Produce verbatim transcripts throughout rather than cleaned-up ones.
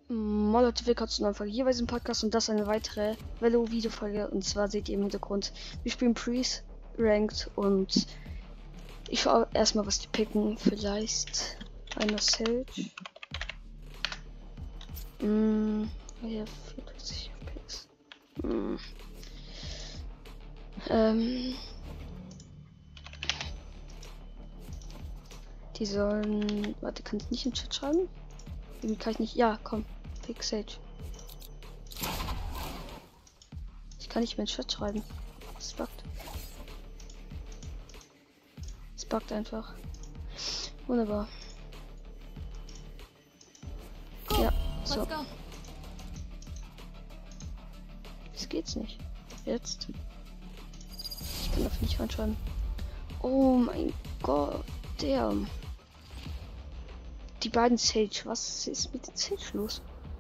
Moin Leute, willkommen zu einer neuen Folge hier bei diesem Podcast und das eine weitere Velo-Video-Folge. Und zwar seht ihr im Hintergrund, wir spielen Priest Ranked und ich schaue erstmal, was die picken. Vielleicht einer Sage. Hm, ja, vierundvierzig F P S. Hm. Ähm. Die sollen. Warte, kann ich nicht im Chat schreiben? Irgendwie kann ich nicht. Ja, komm. Pick Sage. Ich kann nicht mehr in den Chat schreiben. Es buggt. Es buggt einfach. Wunderbar. Ja, so. Das geht's nicht. Jetzt. Ich kann dafür nicht reinschreiben. Oh mein Gott. Damn. Die beiden Sage. Was ist mit den Sage los?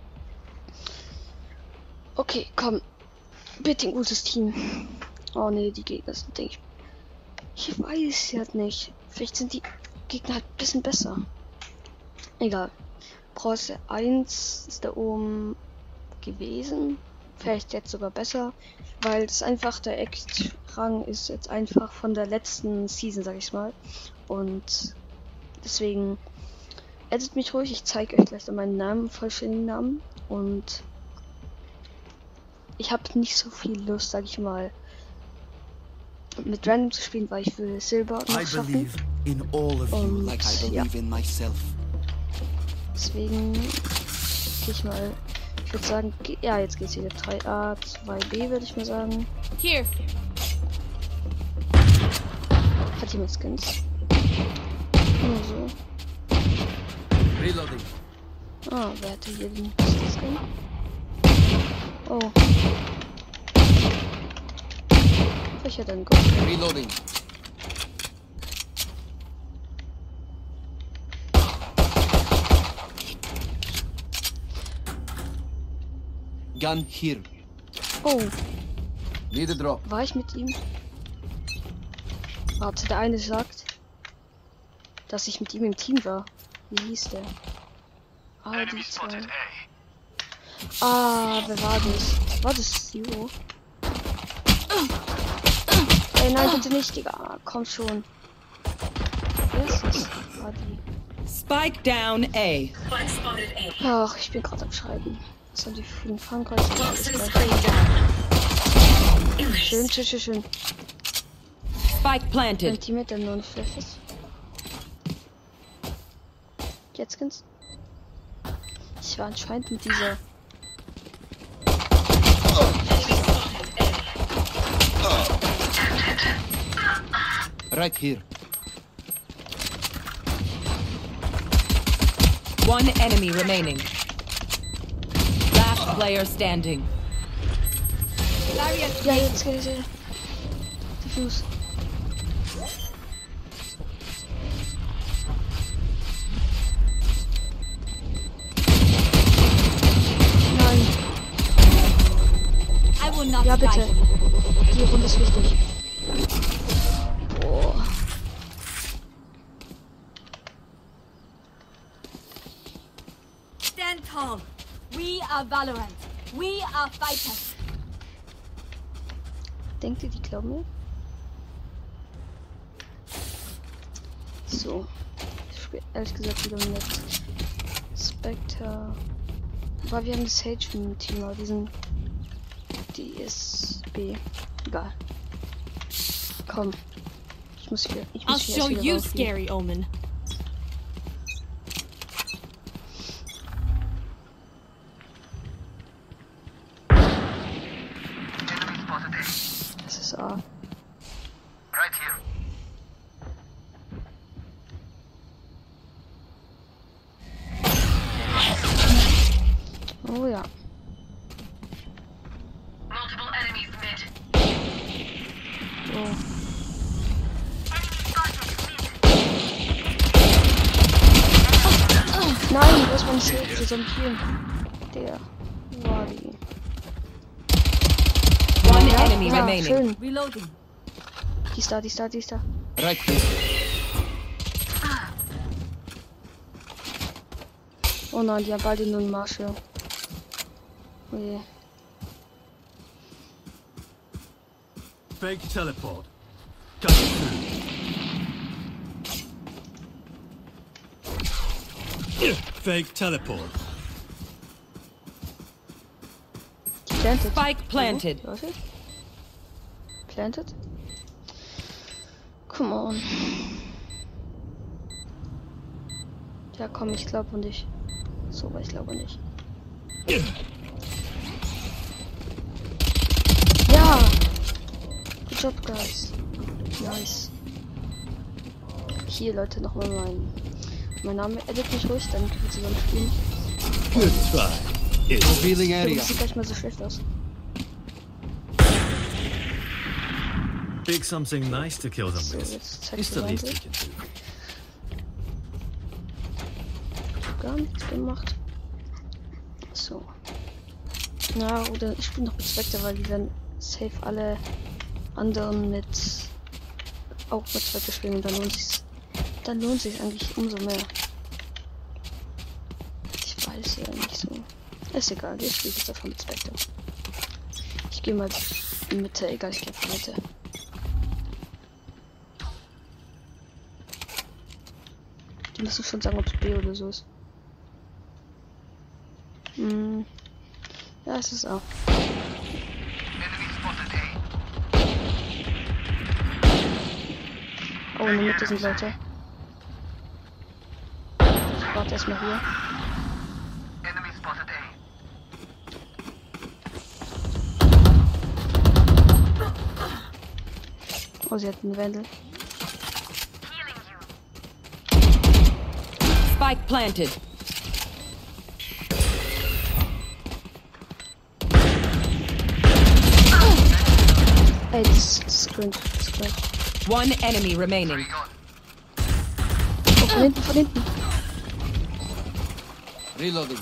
Okay, komm. Bitte ein gutes Team. Oh ne, die Gegner sind, denke ich. Ich weiß ja nicht. Vielleicht sind die Gegner halt ein bisschen besser. Egal. Bronze eins ist da oben gewesen. Vielleicht jetzt sogar besser. Weil es einfach der Act-Rang ist jetzt einfach von der letzten Season, sag ich mal. Und deswegen edit mich ruhig. Ich zeige euch gleich dann meinen Namen, vollständigen Namen. Und ich habe nicht so viel Lust, sag ich mal, mit Random zu spielen, weil ich will Silber noch schaffen. Und ja. Deswegen gehe ich mal, ich würde sagen, ja, jetzt geht's wieder drei A, zwei B, würde ich mal sagen. Hier. Hat jemand Skins? Nur so. Reloading. Ah, wer hatte hier den Skin? Oh. Ich hätte einen Gott. Reloading. Gun here. Oh. Need a drop. War ich mit ihm? Warte, der eine sagt, dass ich mit ihm im Team war. Wie hieß der? Ah, die zwei. Ah, wer war das? War das Zero? Ey, nein, bitte nicht, Digga. Komm schon. Wer ist das? War die. Spike down A. Ach, ich bin gerade am Schreiben. Was haben die für den Frankreich? Schön, schön, schön, schön. Spike planted. Mein Team hat dann nur nicht vielleicht ist. Jetzt Skins. Ich war anscheinend mit dieser. Right here. One enemy remaining. Last player standing. Ja, jetzt geht sie. Diffus. Nein. Ja, bitte. Die Runde ist wichtig. Boah. Stand tall. We are Valorant. We are fighters. Denkt ihr, die glauben mir? So. Ich spiele ehrlich gesagt wieder mit Spectre. Aber wir haben das Sage im Team, aber die sind. Die ist B. Egal. Komm. Ich muss hier. Ich muss I'll hier show erst wieder you, raufgehen. Scary Omen. Das ist A. Right here. Oh ja. Multiple enemies mid. Oh. Nein, wo ist mein Save für so ein Kill? Der. War die. One Ja, enemy ja, remaining. schön. Reloading. Die ist da, die ist da, die ist da. Right here. Oh nein, die haben beide nur einen Marshall. Oh je. Fake teleport. Coming through. Fake teleport. Planted. Spike planted. Oh, warte. Planted. Come on. Ja, komm, ich glaube nicht. So, aber ich glaube nicht. Ja! Good job, guys. Nice. Hier, Leute, nochmal mein, mein Name. Edit mich ruhig, dann können wir zusammen spielen. Good try. Revealing Das area. sieht gar nicht mal so schlecht aus. Pick something nice to kill them So, with. jetzt zeig It's ich the dir least weiter. we can do. Gar nichts gemacht. So. Na, oder ich spiele noch mit Spectre, weil die werden safe alle anderen mit auch mit Spectre spielen und dann lohnt sich's. Dann lohnt sich eigentlich umso mehr. Ich weiß ja nicht so. Ist egal, ich spiele jetzt einfach mit Spectre. Ich gehe mal in Mitte, egal, ich gehe von Mitte. Die müssen schon sagen, ob es B oder so ist. Hm. Ja, es ist auch. Enemy spotted A. Oh, in der Mitte sind Leute. Ich warte erstmal hier. Enemy spotted A. Oh, sie hat einen Wendel. Healing you. Spike planted. Ey, das, das ist cringe. Das ist cringe. One enemy remaining. Gone. Oh, von hinten, von hinten. Reloading.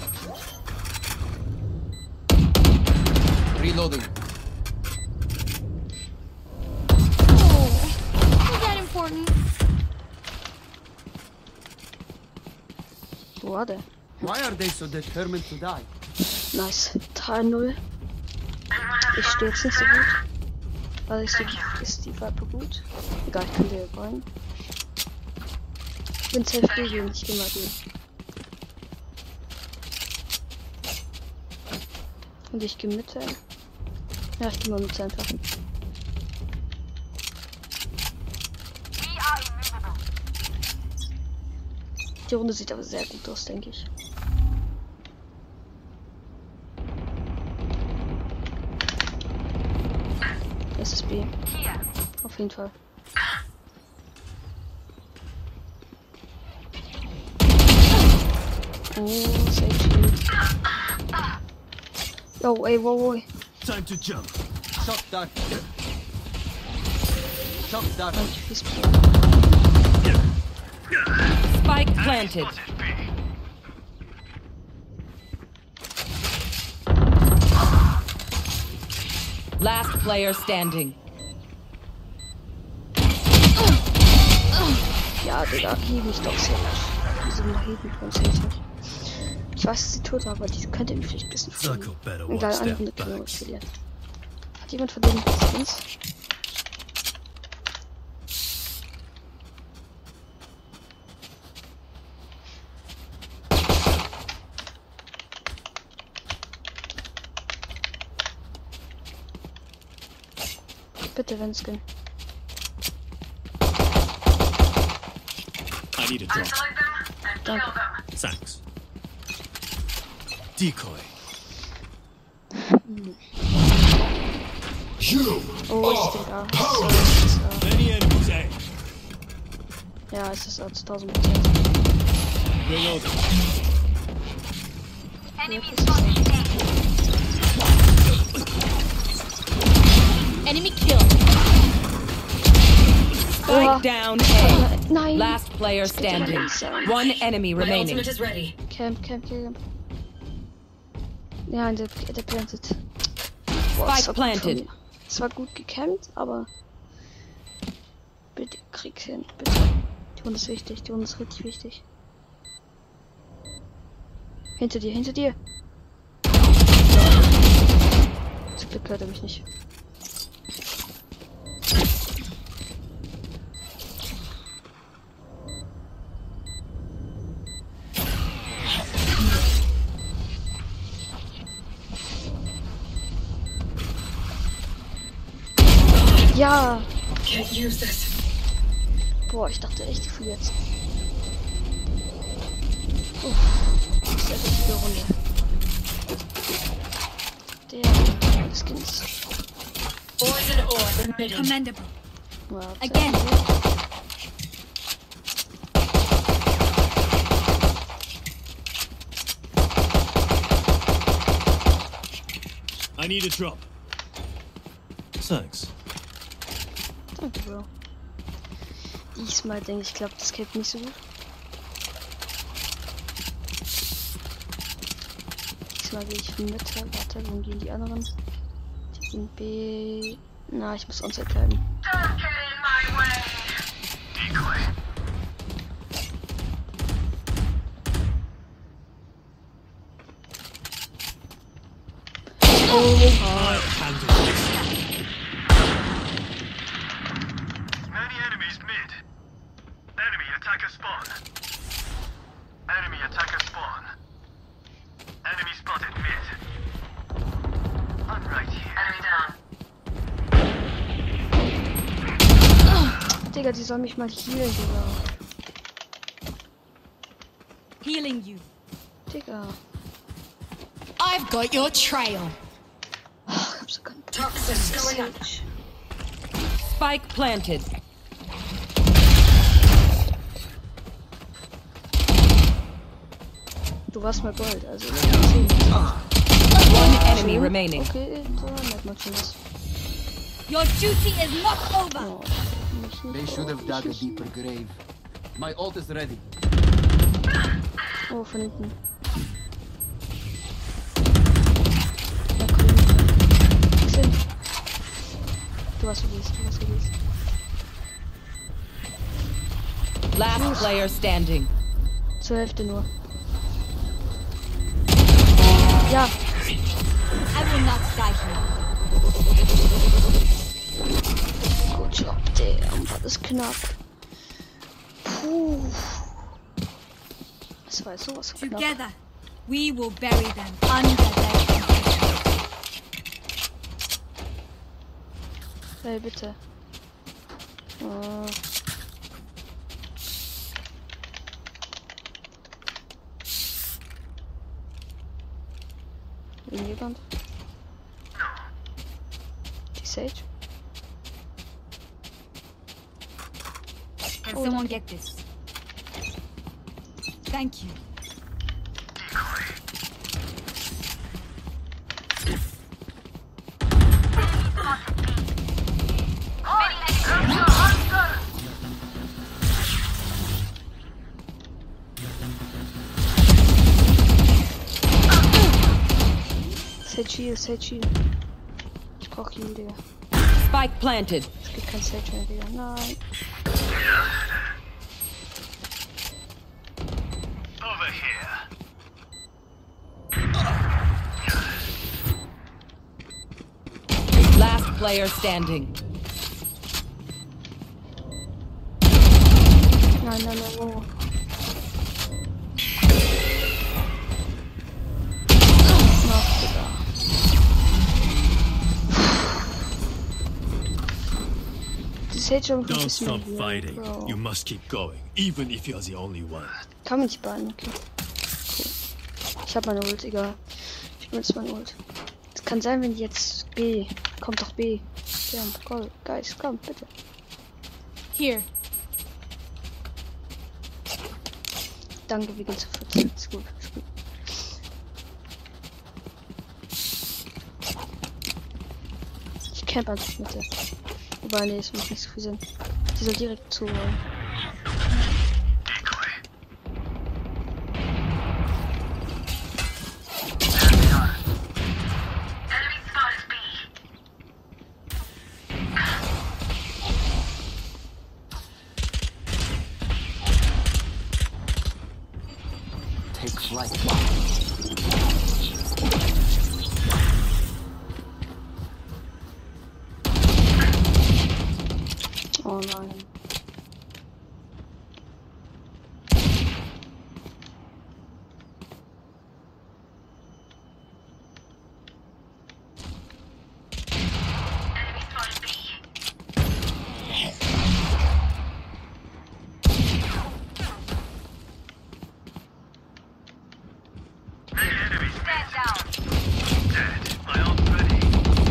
Reloading. Is that important? Wo war der? Why are they so determined to die? Nice. drei null. Ich stehe jetzt nicht so gut. Also ist die, ist die Viper gut? Egal, ich kann dir rein. Ich bin safe B gehen, ich geh mal B. Und ich geh Mitte. Ja, ich geh mal Mitte einfach. We are immovable. Die Runde sieht aber sehr gut aus, denke ich. Das ist B. Here. Auf jeden Fall. Oh, safe shield. Yo, ey, wow, wow. Time to jump. Shock dart. Shock dart. Ich fies Spike planted. Spotted B. Last player standing. Ja, Digga, hieb mich doch safe. Wieso mal heben von safe nicht? Ich weiß, dass sie tot war, aber die könnte mich vielleicht ein bisschen Circle fliegen. better Egal, watch eine their Runde können wir backs. verlieren. Hat jemand von denen Skins? Bitte, wenn Skin. I need a drop. Isolate them and kill Danke. them. Thanks. Decoy. Oh, ich denke A. Sorry, es ist A. Many enemies, eh? Ja, es ist A zu tausend Prozent. Reloading. Enemy Ja, es ist A. Enemy killed. Spike down A. Nein! Last player standing. One enemy remaining. is ready. Camp, Camp, Camp. Ja, der, der plantet. Boah, Spike es war gut planted. von mir. Es war gut gecampt, aber bitte krieg's hin, bitte. Die Runde ist wichtig, die Runde ist richtig wichtig. Hinter dir, hinter dir. Zum Glück hört er mich nicht. Ja! Boah, ich dachte echt, ich fliege jetzt. Uff, das ist eine richtige Runde. Der Skins. Commendable. Wow, Again. I need a drop. Thanks. Danke, Bro. Diesmal denke ich, klappt das Cape nicht so gut. Diesmal gehe ich in Mitte. Warte, wo gehen die anderen? Die gehen B. Na, ich muss onside bleiben. Don't get in my way. Decoy. Many enemies mid. Enemy attacker spawn. Enemy attacker spawn. Enemy spotted mid. I'm right here. Enemy down. Digga, die soll mich mal healen, Digga. Healing you. Digga. I've got your trail. Ach, ich hab so keinen Toxins going up. Spike planted. Du warst mal Gold, also. One enemy remaining. Okay, da merkt man schon was. Your duty is not over. Oh, mich nicht. They should have dug a deeper grave. My ult is ready. Oh, von hinten. Ja, komm. Was denn? Du hast verliest, du hast verliest. Last player standing. Zur Hälfte nur. Ja, I will not die here. gut Job, der war das knapp. Puh. Das war jetzt sowas von knapp. Together, we will bury them under their feet. Hey, bitte. Oh. Irgendjemand? Die Sage? Can Oh, someone get this? Thank you. Sage Heal, Sage Heal. Ich brauch Heal, Digga. Spike planted. Es gibt kein Sage mehr, Digga. Nein. Over here. Last player standing. Nein, nein, nein, wo? Noch, Digga. Die Sage irgendwie ein Don't bisschen stop hier, fighting. Bro. You must keep going, even if you're the only one. Kann man nicht behalten, okay. Cool. Ich hab meine Ult, egal. Ich benutze meine Ult. Es kann sein, wenn die jetzt B. Kommt doch B. Ja, Gold. Guys, komm, bitte. Here. Danke, wir gehen zu vierzehn. Ist gut, ist gut. Ich camp einfach mit der. Wobei, nee, es macht nicht so viel Sinn. Die soll direkt zu wollen. Decoy. Enemy spotted B. Take flight. Oh nein. Enemy spotted B. Stand down. Dead. My arm's ready.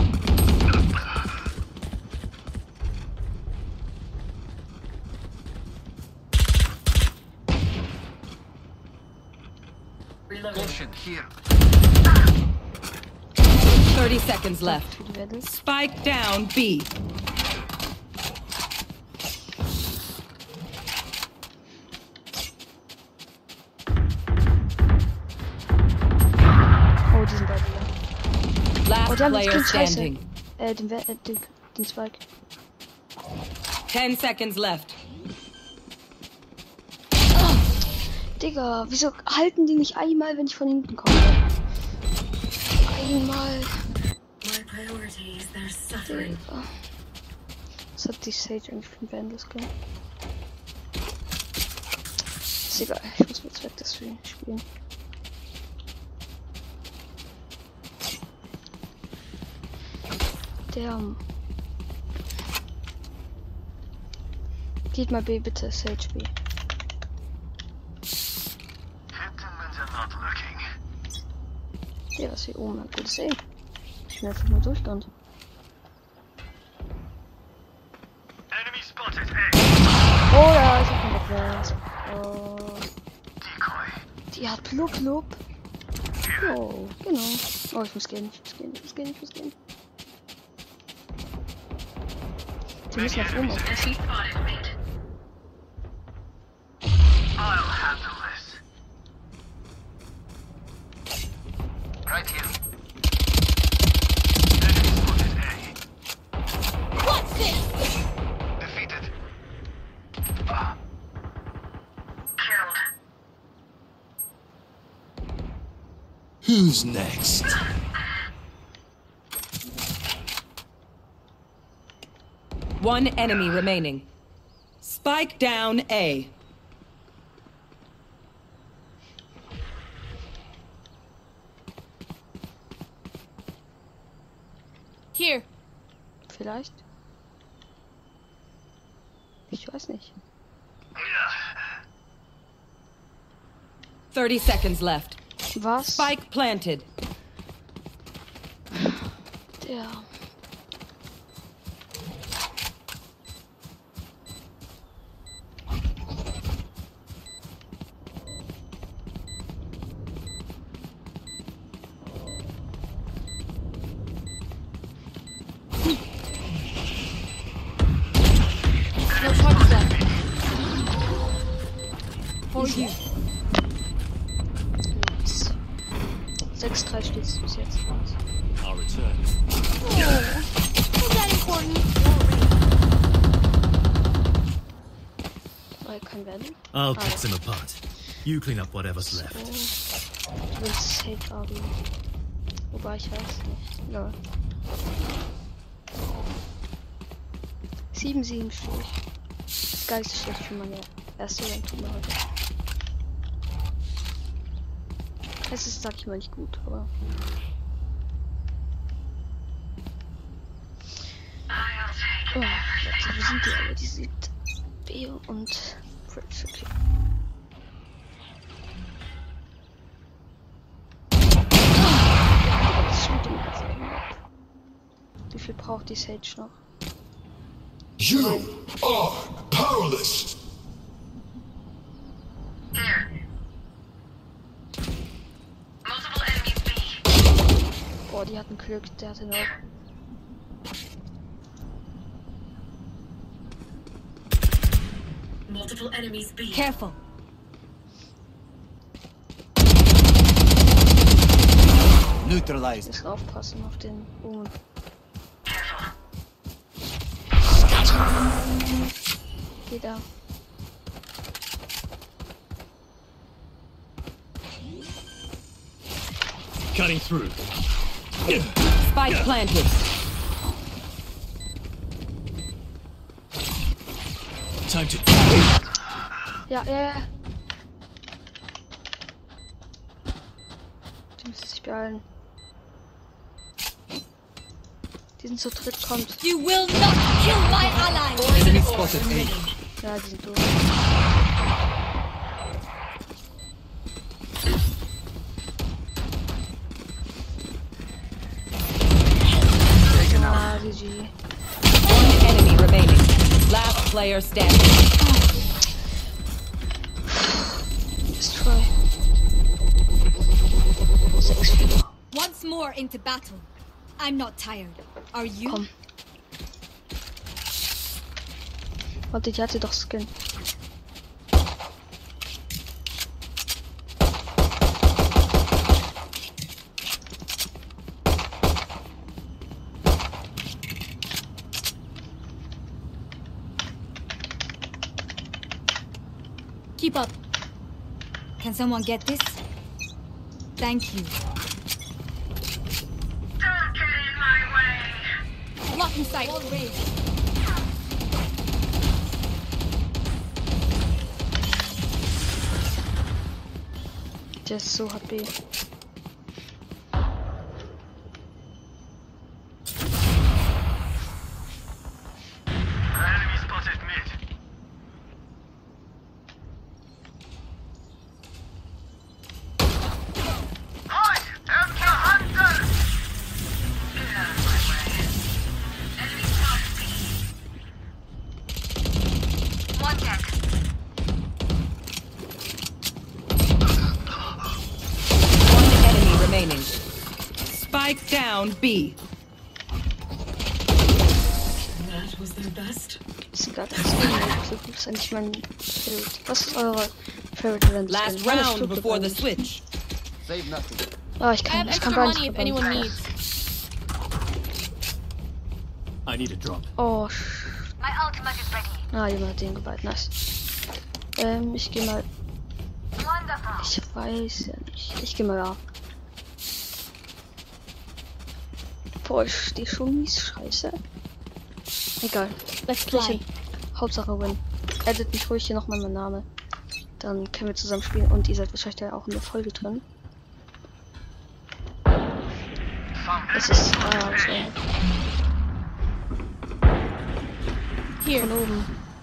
Caution here. thirty seconds left. Für die Welle. Spike down B. Oh, die sind beide wieder. Last Oh, die haben das player Kind scheiße. standing. Äh, den, We äh, den, den Zweig. ten seconds left. Digga, wieso halten die nicht einmal, wenn ich von hinten komme? Einmal. My priorities, they're suffering. Digga. Was hat die Sage eigentlich für ein Vandal Skin? Ist egal, ich muss jetzt weg das spielen. Der. Geht mal B bitte, Sage B. Not looking. Der ist hier oben, ein gutes Aim. Ich bin einfach mal durchgerannt. Enemy spotted A. Oh ja, ich hab ihn weggerannt. Oh. Decoy. Die hat Plup Plup. Oh, genau. Oh, ich muss gehen, ich muss gehen, ich muss gehen, ich muss gehen. Die müssen auf oben aufpassen. Spotted mid. I'll handle this. Right here. Enemy spotted A. What's this? Defeated. Ah. Killed. Who's next? One enemy remaining. Spike down A. Here. Vielleicht. Ich weiß nicht. thirty seconds left. Was? Spike planted. Der. No shots left. For you. sechs drei steht es bis jetzt. I'll return. Is that important? Weil kein Werden. I'll pick them apart. You clean up whatever's left. Du willst Safe haben. Wobei ich weiß nicht. Ja. sieben sieben stehe ich. Das ist gar nicht so schlecht für meine erste Rank-Runde heute. Es ist, sag ich mal, nicht gut, aber. Oh, Leute, wo sind die alle? Die sind B und Fridge, okay. Das stimmt im ganzen ab. Wie viel braucht die Sage noch? You are powerless. Here. Multiple enemies B. Boah, die hatten Glück, der hatte noch. Multiple enemies B. Careful. Neutralized. Müssen aufpassen auf den Omen. Geh da. Cutting through. Spike planted. Time to. Ja, ja, ja. Die müssen sich beeilen. Die sind zu dritt, kommt. You will not kill my ally. Enemy spotted A. Ja, die sind durch. Ah, G G. One enemy remaining. Last player standing. Destroy. sechs vier. Once more into battle. I'm not tired. Are you? Komm. Warte, die hatte doch Skin. Keep up. Can someone get this? Thank you. Don't get in my way. Blocking sight. All raised. Der ist so H P. Enemy spotted mid. Hide! Enter hunter! Get out of my way. Enemy spotted B. One deck. One enemy remaining. Spike down B. That was their best. Das ist gar kein Skin. Das ist eigentlich mein Favorite. Was ist eure Favorite Event? Last round before the switch. Save nothing. Ah, ich I kann, have ich kann extra beides money if verbannen. anyone needs. I need a drop. Oh, sch- My ultimate is ready. ah, jemand hat den geballt. Nice. Ähm, ich geh mal. Wonderful. Ich weiß ja nicht. Ich geh mal A. Boah, ich steh schon mies scheiße. Egal. Let's Krieg fly. hin. Hauptsache Win. Edit mich ruhig hier nochmal mein Name. Dann können wir zusammen spielen und ihr seid wahrscheinlich ja auch in der Folge drin. Es ist ah, okay. Here. Von oben.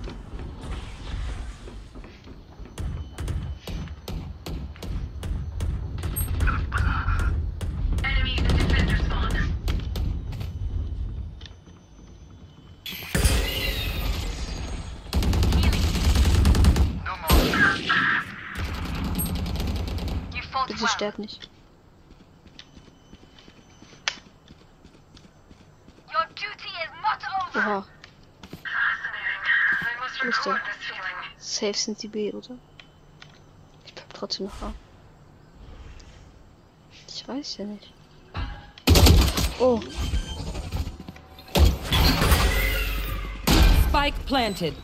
Enemy in the defender spawn. No more. You fought Bitte well. sterbt nicht. Your duty is not over. Oha. Fascinating. I must Müsste. record this feeling. Safe sind die B, oder? Ich bleib trotzdem noch A. Ich weiß ja nicht. Oh, Spike planted.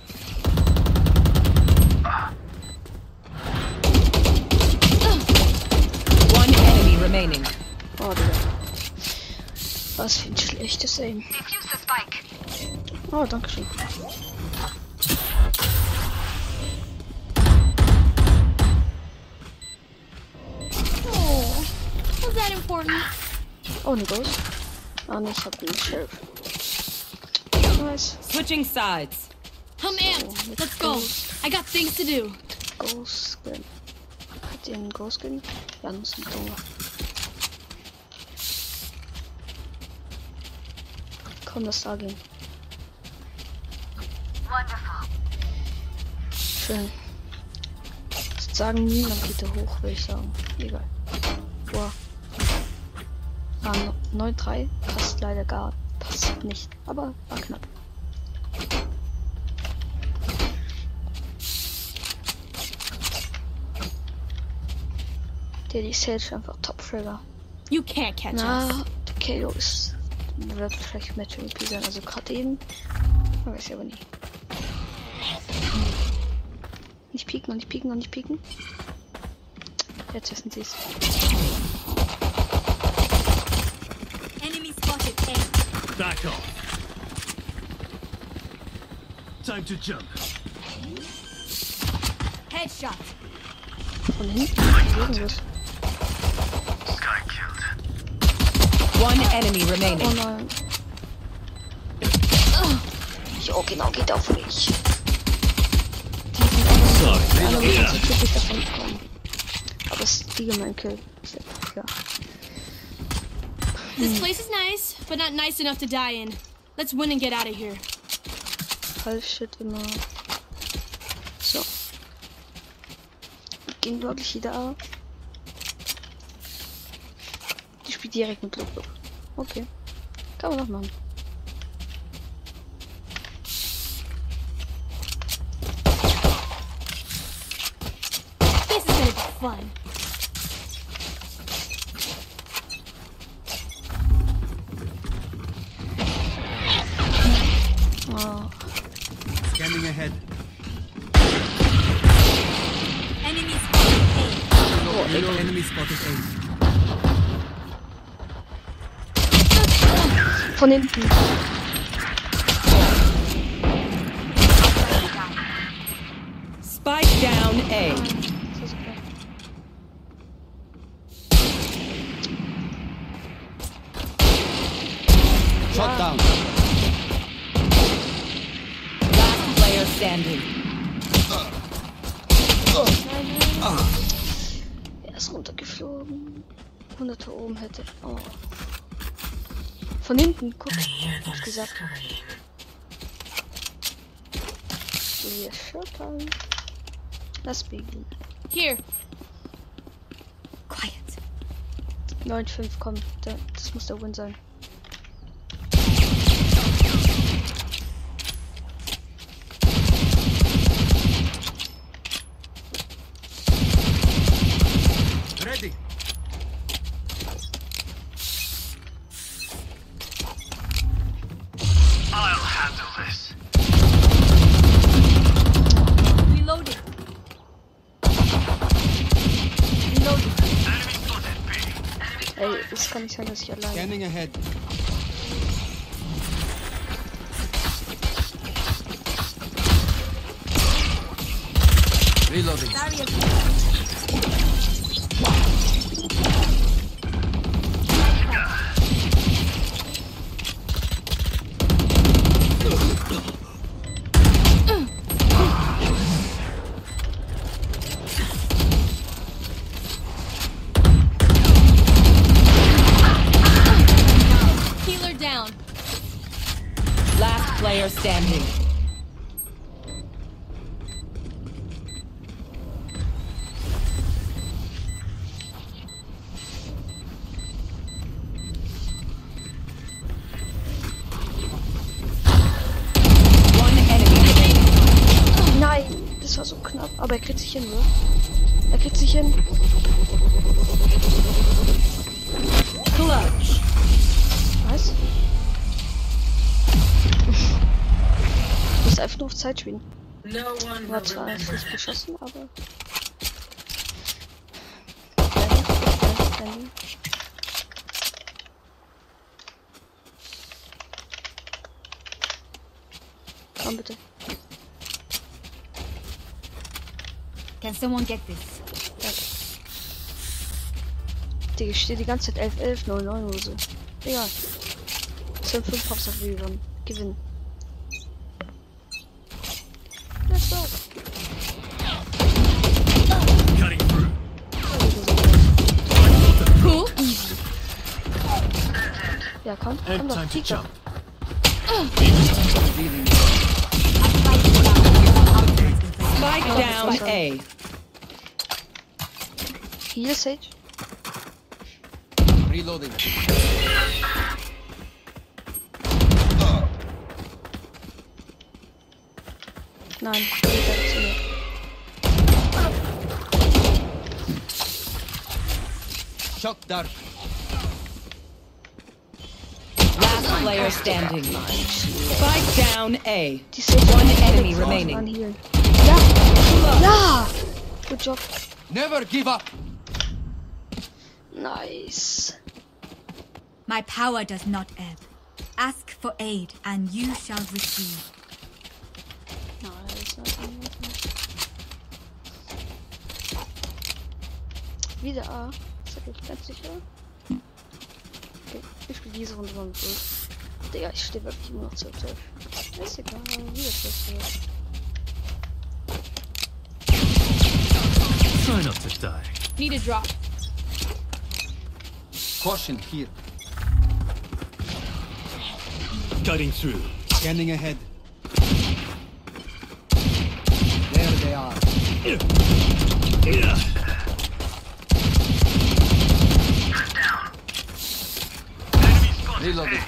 One enemy remaining. oh, Digga. Was für ein schlechtes Aim. Defuse the spike. Oh, danke schön. Oh, was that important? Oh, ne Ghost. Ah, ne, ich hab den Sheriff. Nice. Switching sides. I'm amped. Let's go. I got things to do. Ghost Skin. Hat ihr einen Ghost Skin? Ja, muss ein Dunger. Komm, lass da gehen. Wonderful. Schön. Ich würd sagen, niemand geht da hoch, würde ich sagen. Egal. Boah. Ah, neun drei passt leider gar. Passt nicht. Aber war knapp. Der die Sage einfach Top-Trigger. You can't catch us. Na, der K O ist. Wird vielleicht Match M V P sein. Also gerade eben. Man weiß ja aber nie. Nicht pieken, nicht pieken, nicht pieken. Jetzt wissen sie es. Time to jump. Headshot. Von hinten. Irgendwas. Sky killed. One enemy Oh remaining. nein. Jo, genau, geht auf mich. Sorry. Alle müssen so typisch davon kommen. Aber es ist die gemein Kill. Ist ja klar. This place is nice, but not nice enough to die in. Let's win and get out of here. Shit immer. So. Ging wirklich wieder ab. Die spielt direkt mit Luft. Okay. Kann man noch machen. This is gonna be fun. Oh. Scanning ahead. Enemy spotted A. Reload. Enemy spotted A. Von hinten. Spike down A. Das ist okay. Shot down. Last player standing. Er ist runtergeflogen. hundert oben hätte. Oh. Von hinten, guck. Hab ich gesagt. Wir schottern. Lass beginnen. Here. Quiet. neun fünf, komm. Da, das muss der Win sein. Ready. I'll handle this. Reloading. Reloading. Enemy spotted B. Ey, es kann nicht sein, dass ich allein. Scanning ahead. Reloading. Barrier. Healer down. Last player standing. One enemy remaining. Nein, das war so knapp. Aber er kriegt sich hin, oder? Er kriegt sich hin. Clutch. Was? Du musst einfach nur auf Zeit spielen. No one War will zwar remember nicht that. geschossen, aber. Komm bitte. Can someone get this? Digga, ich stehe die ganze Zeit elf elf, neun neun oder so. Egal. Es sind fünf Pops auf Rerun. Gewinnen. Let's go. Cutting through. Cool. Easy. Ja, komm. Komm And doch. time to Kick doch. jump. Spike down A. Heal, Sage. Reloading. Nein. Wieder zu mir. Shock dark. Last player standing. Spike down A. Die Sage. One enemy An remaining. healen. Ja. Ja. Good job. Never give up. Nice. My power does not ebb. Ask for aid, and you shall receive. Wieder A. Das ist ich ganz sicher. Okay, ich spiele diese Runde mal durch. Digga, ich stehe wirklich immer noch zu zwölf. Ist egal, wie das passiert. Try not to die. Need a drop. Caution here. Cutting through. Scanning ahead. There they are. Reloading.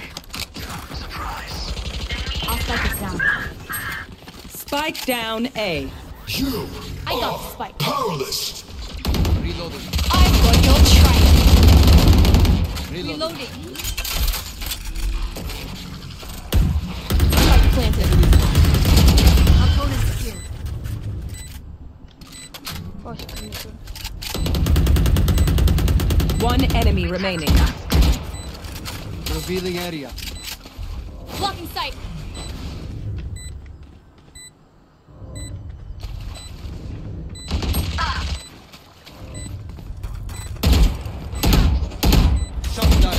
I'll spike it down. Spike down A. You I got the spike. powerless. Reloading. I'm going to try it. Reloading. Reloading. Spike planted. Opponent's here. Oh, ich kann nicht so. One enemy remaining. Revealing area. Blocking sight. Shot down.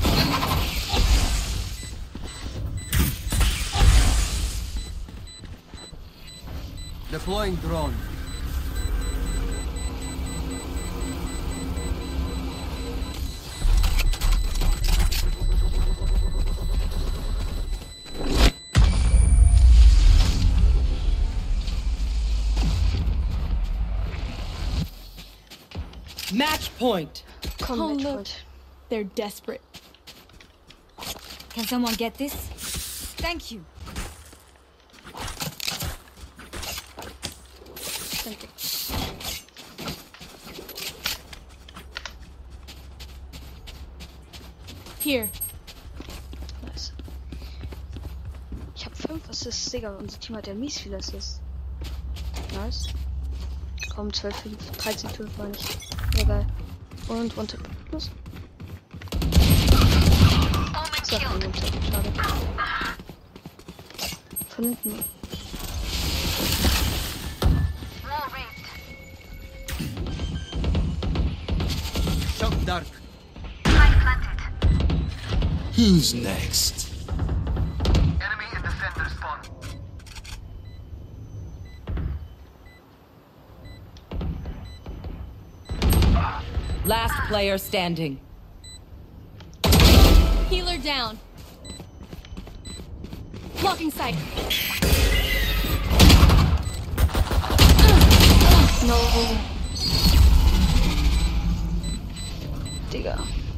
Deploying drone. Match point. Komm, Oh, Matchpoint. look. They're desperate. Can someone get this? Thank you. Danke. Here. Nice. Ich hab fünf Assists, Digga. Unser Team hat ja mies viel Assists. Nice. Komm, zwölf, fünf, dreizehn, fünf war nicht. Egal. Und runter. Los. So, kein Runter. Schade. Von hinten. Shock dark. Who's next? Enemy in defender spawn. Last player standing. Healer down. Blocking sight. No. Digga.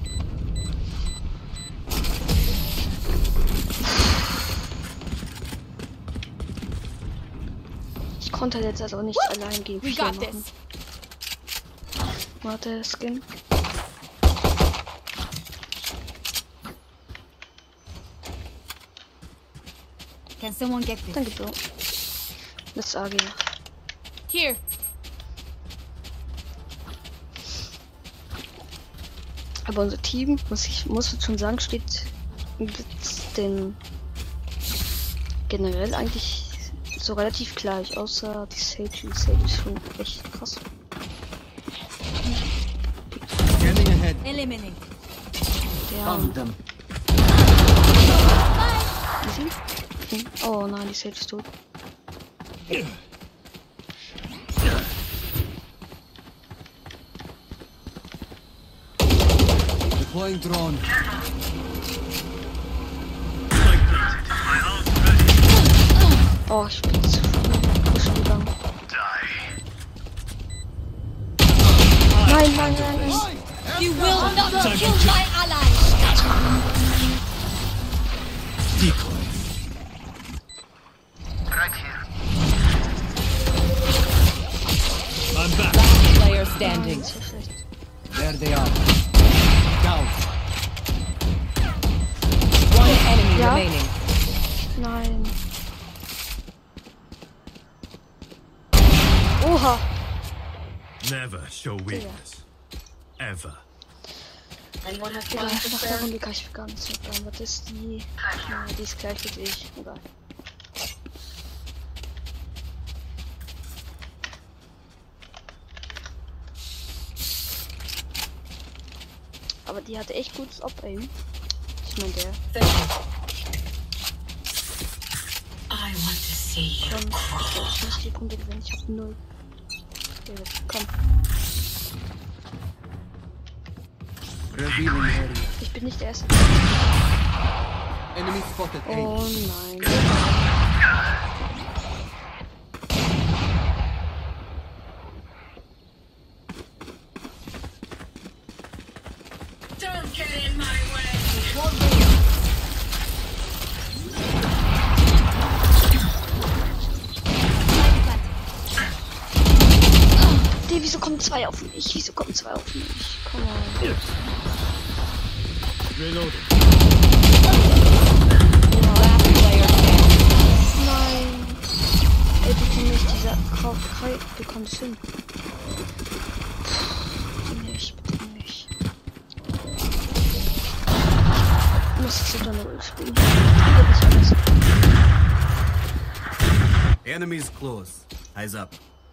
Ich konnte jetzt also nicht allein gegen We vier got machen. this. Warte, Skin. Can someone get this? Danke, Bro. Das A G. Here. Aber unser Team, muss ich muss ich schon sagen, steht mit den generell eigentlich so relativ gleich, außer die Sage. Die Sage ist schon echt krass. Scanning ahead. Eliminate. Ja, Found them. easy. Oh nein, die Sage ist tot. Deploying drone. Oh, ich bin zu pushen gegangen. Nein, nein, nein, nein. You will not Time kill to my ally. Decoy. Right here. I'm back. Player standing. So schlecht. There they are. Down. One enemy Ja. remaining. Nein. Oha. Never show weakness. Ever. Digga, nach der Runde kann ich gar nichts mehr bauen. Was ist die? Ja, die ist gleich wie ich. Egal. Aber die hatte echt gutes Op-Aim. Ich meine der. I want to see you Komm, crawl. ich muss die Punkte gewinnen. Ich hab null. Okay, komm. Revealing area. Ich bin nicht der Erste. Enemy spotted. A. Oh nein. Don't get in my way. Die, wieso kommen zwei auf mich? Wieso kommen zwei auf mich? Komm on. Reloading. Last player standing. Nein. Ey, bitte nicht, dieser Kai, du kommst hin. Bitte nicht, bitte nicht. Ich muss jetzt wieder null spielen. Ich will nicht alles. Enemies close. Eyes up.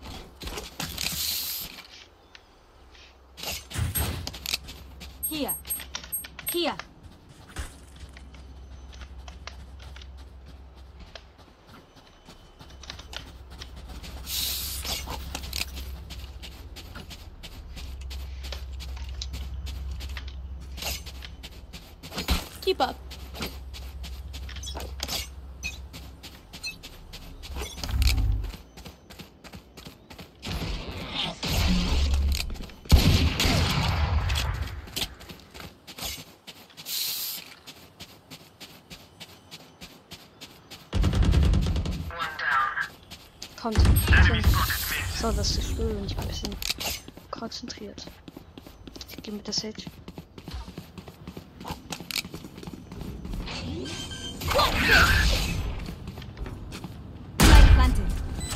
Here. Here. Keep up. Kommt. So, das ist schön. Ich bin ein bisschen konzentriert. Ich gehe mit der Sage. Spike planted.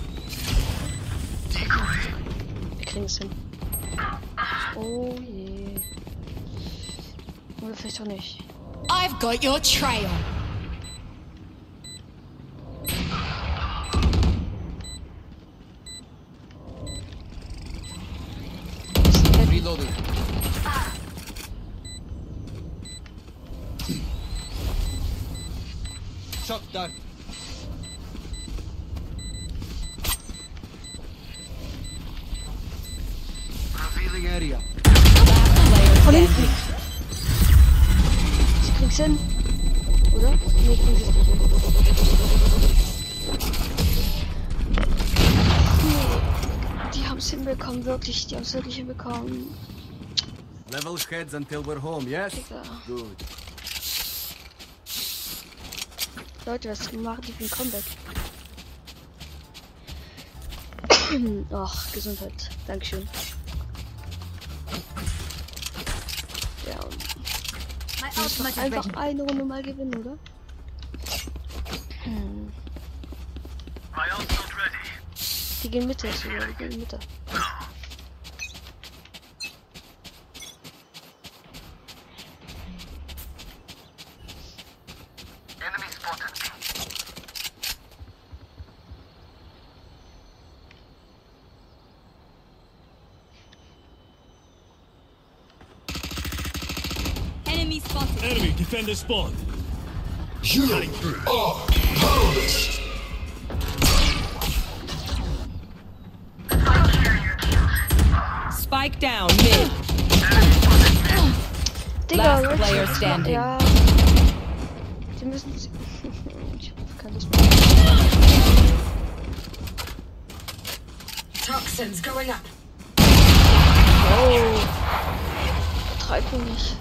Wir kriegen es hin. Oh je. Oder vielleicht auch nicht. I've got your trail. Reloading. Shock dart. Revealing area. Last player standing. Ich krieg's hin. Oder? Nee, ich krieg's nicht hin. Nee. Die haben's hinbekommen, wirklich. Die haben's wirklich hinbekommen. Level heads until we're home, yes? Digga. Good. Leute, was machen die für ein Comeback? Ach, Gesundheit. Dankeschön. Ja, und My wir müssen ultimate is einfach ready. eine Runde mal gewinnen, oder? Hm. My ult's not ready. Die gehen Mitte, so, die gehen Mitte. Enemy spotted. Enemy spotted. Enemy defender spawned. You are powerless. Spike down mid. Digga, Last Red player Team- standing. Ja. Die müssen. Ich hab keine Lust mehr. Toxins going up. Oh. Treib mich nicht.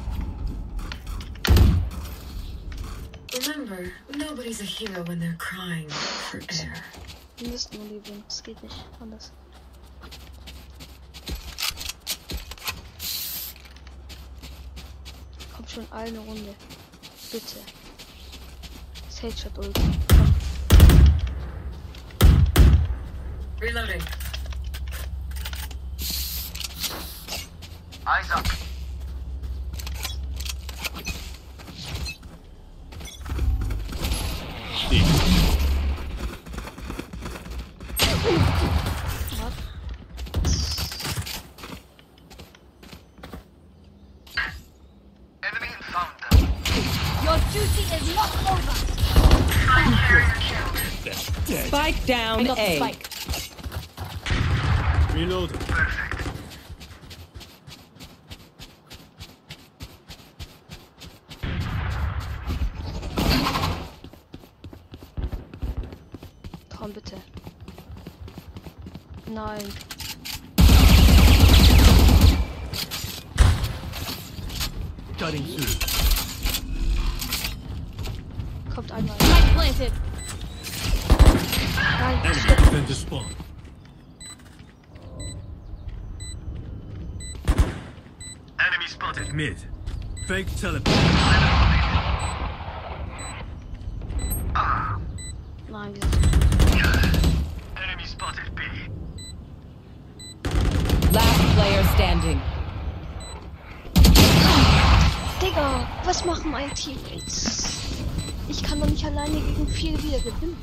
Remember, nobody's a hero when they're crying for air. Wir müssen nur lieben. Es geht nicht anders. Kommt schon eine Runde. Bitte. Sage hat Ult. Komm. Reloading. Eyes up. duty is not over. That's dead. Spike down I got the A. spike. Reloading. Komm bitte. Nein. Cutting through. Kommt einmal. Spike planted. Nein, Enemy stopp. defender spawn. Enemy spotted. Mid. Fake teleport. Nein, wir sind. Enemy spotted B. Last player standing. Digga, was machen meine Teammates? Ich kann doch nicht alleine gegen vier wieder gewinnen.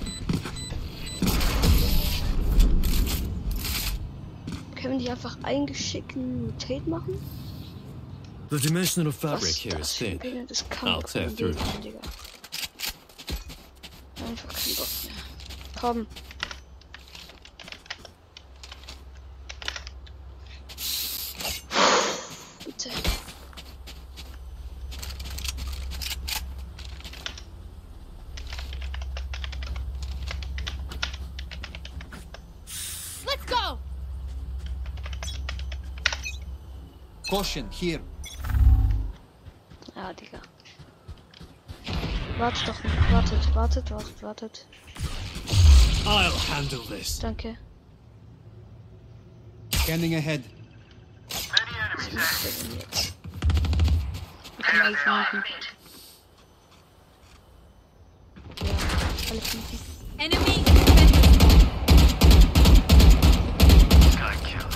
Können die einfach eingeschickten Mutate machen? The dimensional Was fabric ist here das is für ein thin. Gegner? Das kann I'll doch tear kein through. Weg sein, Digga. Einfach kein Bock mehr. Komm. Bitte. Let's go. Caution here. Ja, Digga. Wartet doch noch. Wartet, wartet, wartet, wartet. I'll handle this. Danke. Scanning ahead. Many enemies Was ahead. ist denn jetzt? Wir können alle flanken. Ja, alle flanken. Enemy defender. Guy killed.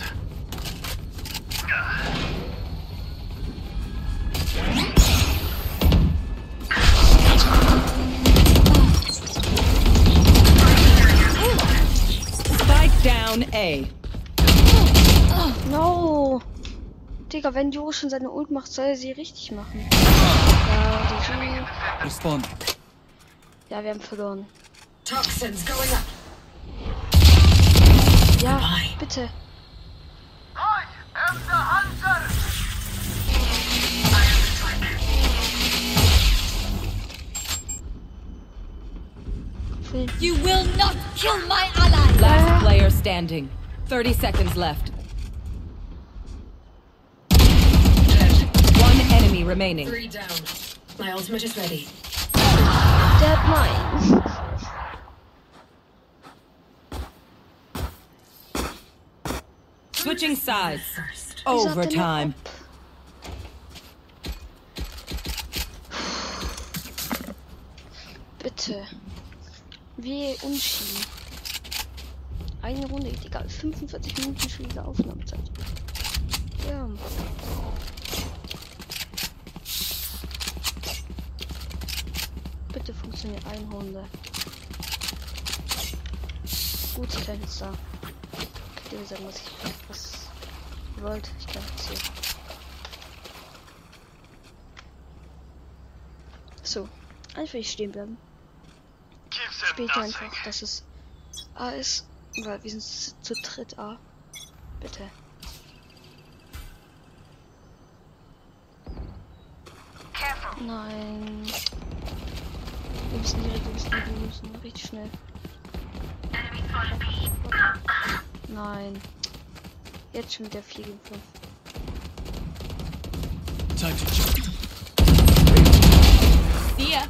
Spike down A. No! Digga, wenn Jo schon seine Ult macht, soll er sie richtig machen. Ja, die Respond. ja, wir haben verloren. Toxins going up. Ja, Goodbye. bitte. Euch! Erster Hunter! Film. You will not kill my ally. Last player standing. thirty seconds left. One enemy remaining. Three down. My ultimate is ready. Der hat nein. Switching sides. First. Wieso hat der Overtime. noch ab? Bitte. Wehe Unschieden. Eine Runde, egal. fünfundvierzig Minuten schon wieder Aufnahmezeit. Ja. Bitte funktioniert eine Runde. Gutes Fenster. Könnt ihr mir sagen, was ich was ihr wollt? Ich kann es hier. So. Einfach nicht stehen bleiben. Give them Später nothing. einfach, dass es A ist. Weil wir sind zu dritt A. Bitte. Careful. Nein. Wir müssen direkt, wir müssen, wir müssen richtig schnell. Enemy spotted B. Nein. Jetzt schon wieder vier gegen fünf. Time to jump. See ya.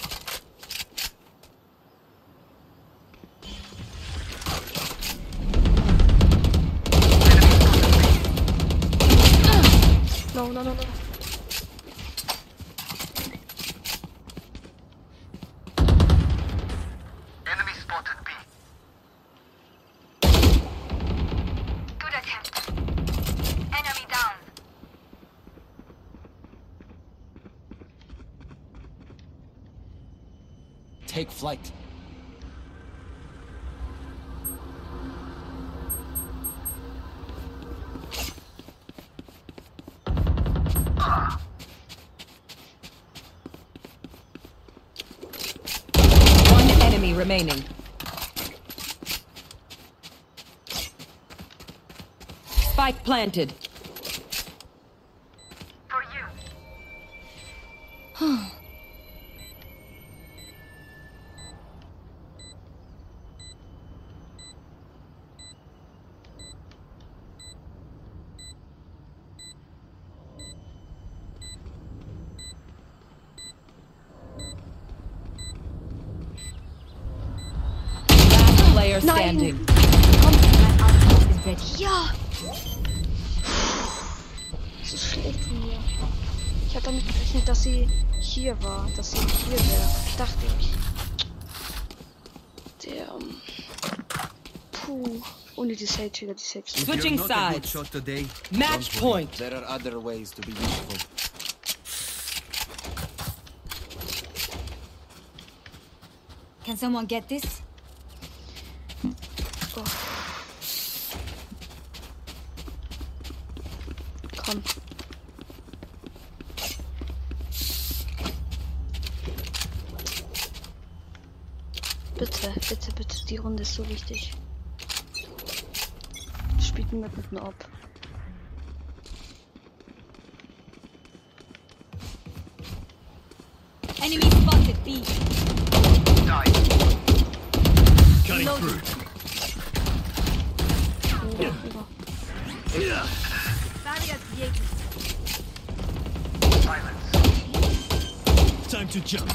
No, no, no, no. Enemy spotted B. Good attempt. Enemy down. Take flight. remaining. Spike planted. For you. Last player Nein. standing. Is ready. Ja! Das ist schlecht von mir. Ich hatte damit gerechnet, dass sie hier war. Dass sie hier wäre. Dachte ich. Der. ähm, Puh. Ohne die Sage wieder die Sage. If Switching you're not a good sides. shot today, Match don't worry. point. There are other ways to be useful. Can someone get this? Komm. Bitte, bitte, bitte. Die Runde ist so wichtig. Spielt niemand mit mir ab. Enemy spotted B. Cutting through. Ja. Barrier created. Time to jump.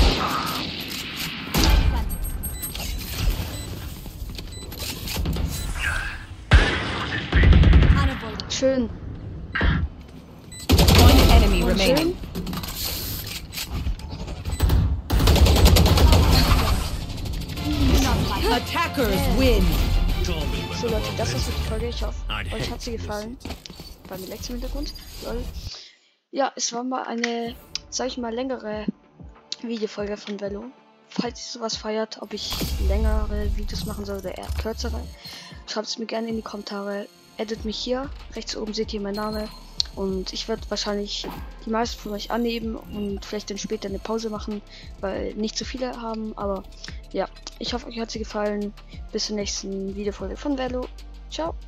Unavoidable. Schön. One enemy Und remaining. Attackers win. Call me when So the Leute, world das is- war's mit der Folge. Ich hoffe, I'd euch hate hat sie to gefallen. Bei mir leckt im Hintergrund. Lol. Ja, es war mal eine, sag ich mal, längere Videofolge von Velo. Falls ihr sowas feiert, ob ich längere Videos machen soll oder eher kürzere, schreibt es mir gerne in die Kommentare. Addet mich hier. Rechts oben seht ihr meinen Namen. Und ich werde wahrscheinlich die meisten von euch annehmen und vielleicht dann später eine Pause machen, weil nicht so viele haben. Aber ja, ich hoffe, euch hat sie gefallen. Bis zur nächsten Videofolge von Velo. Ciao.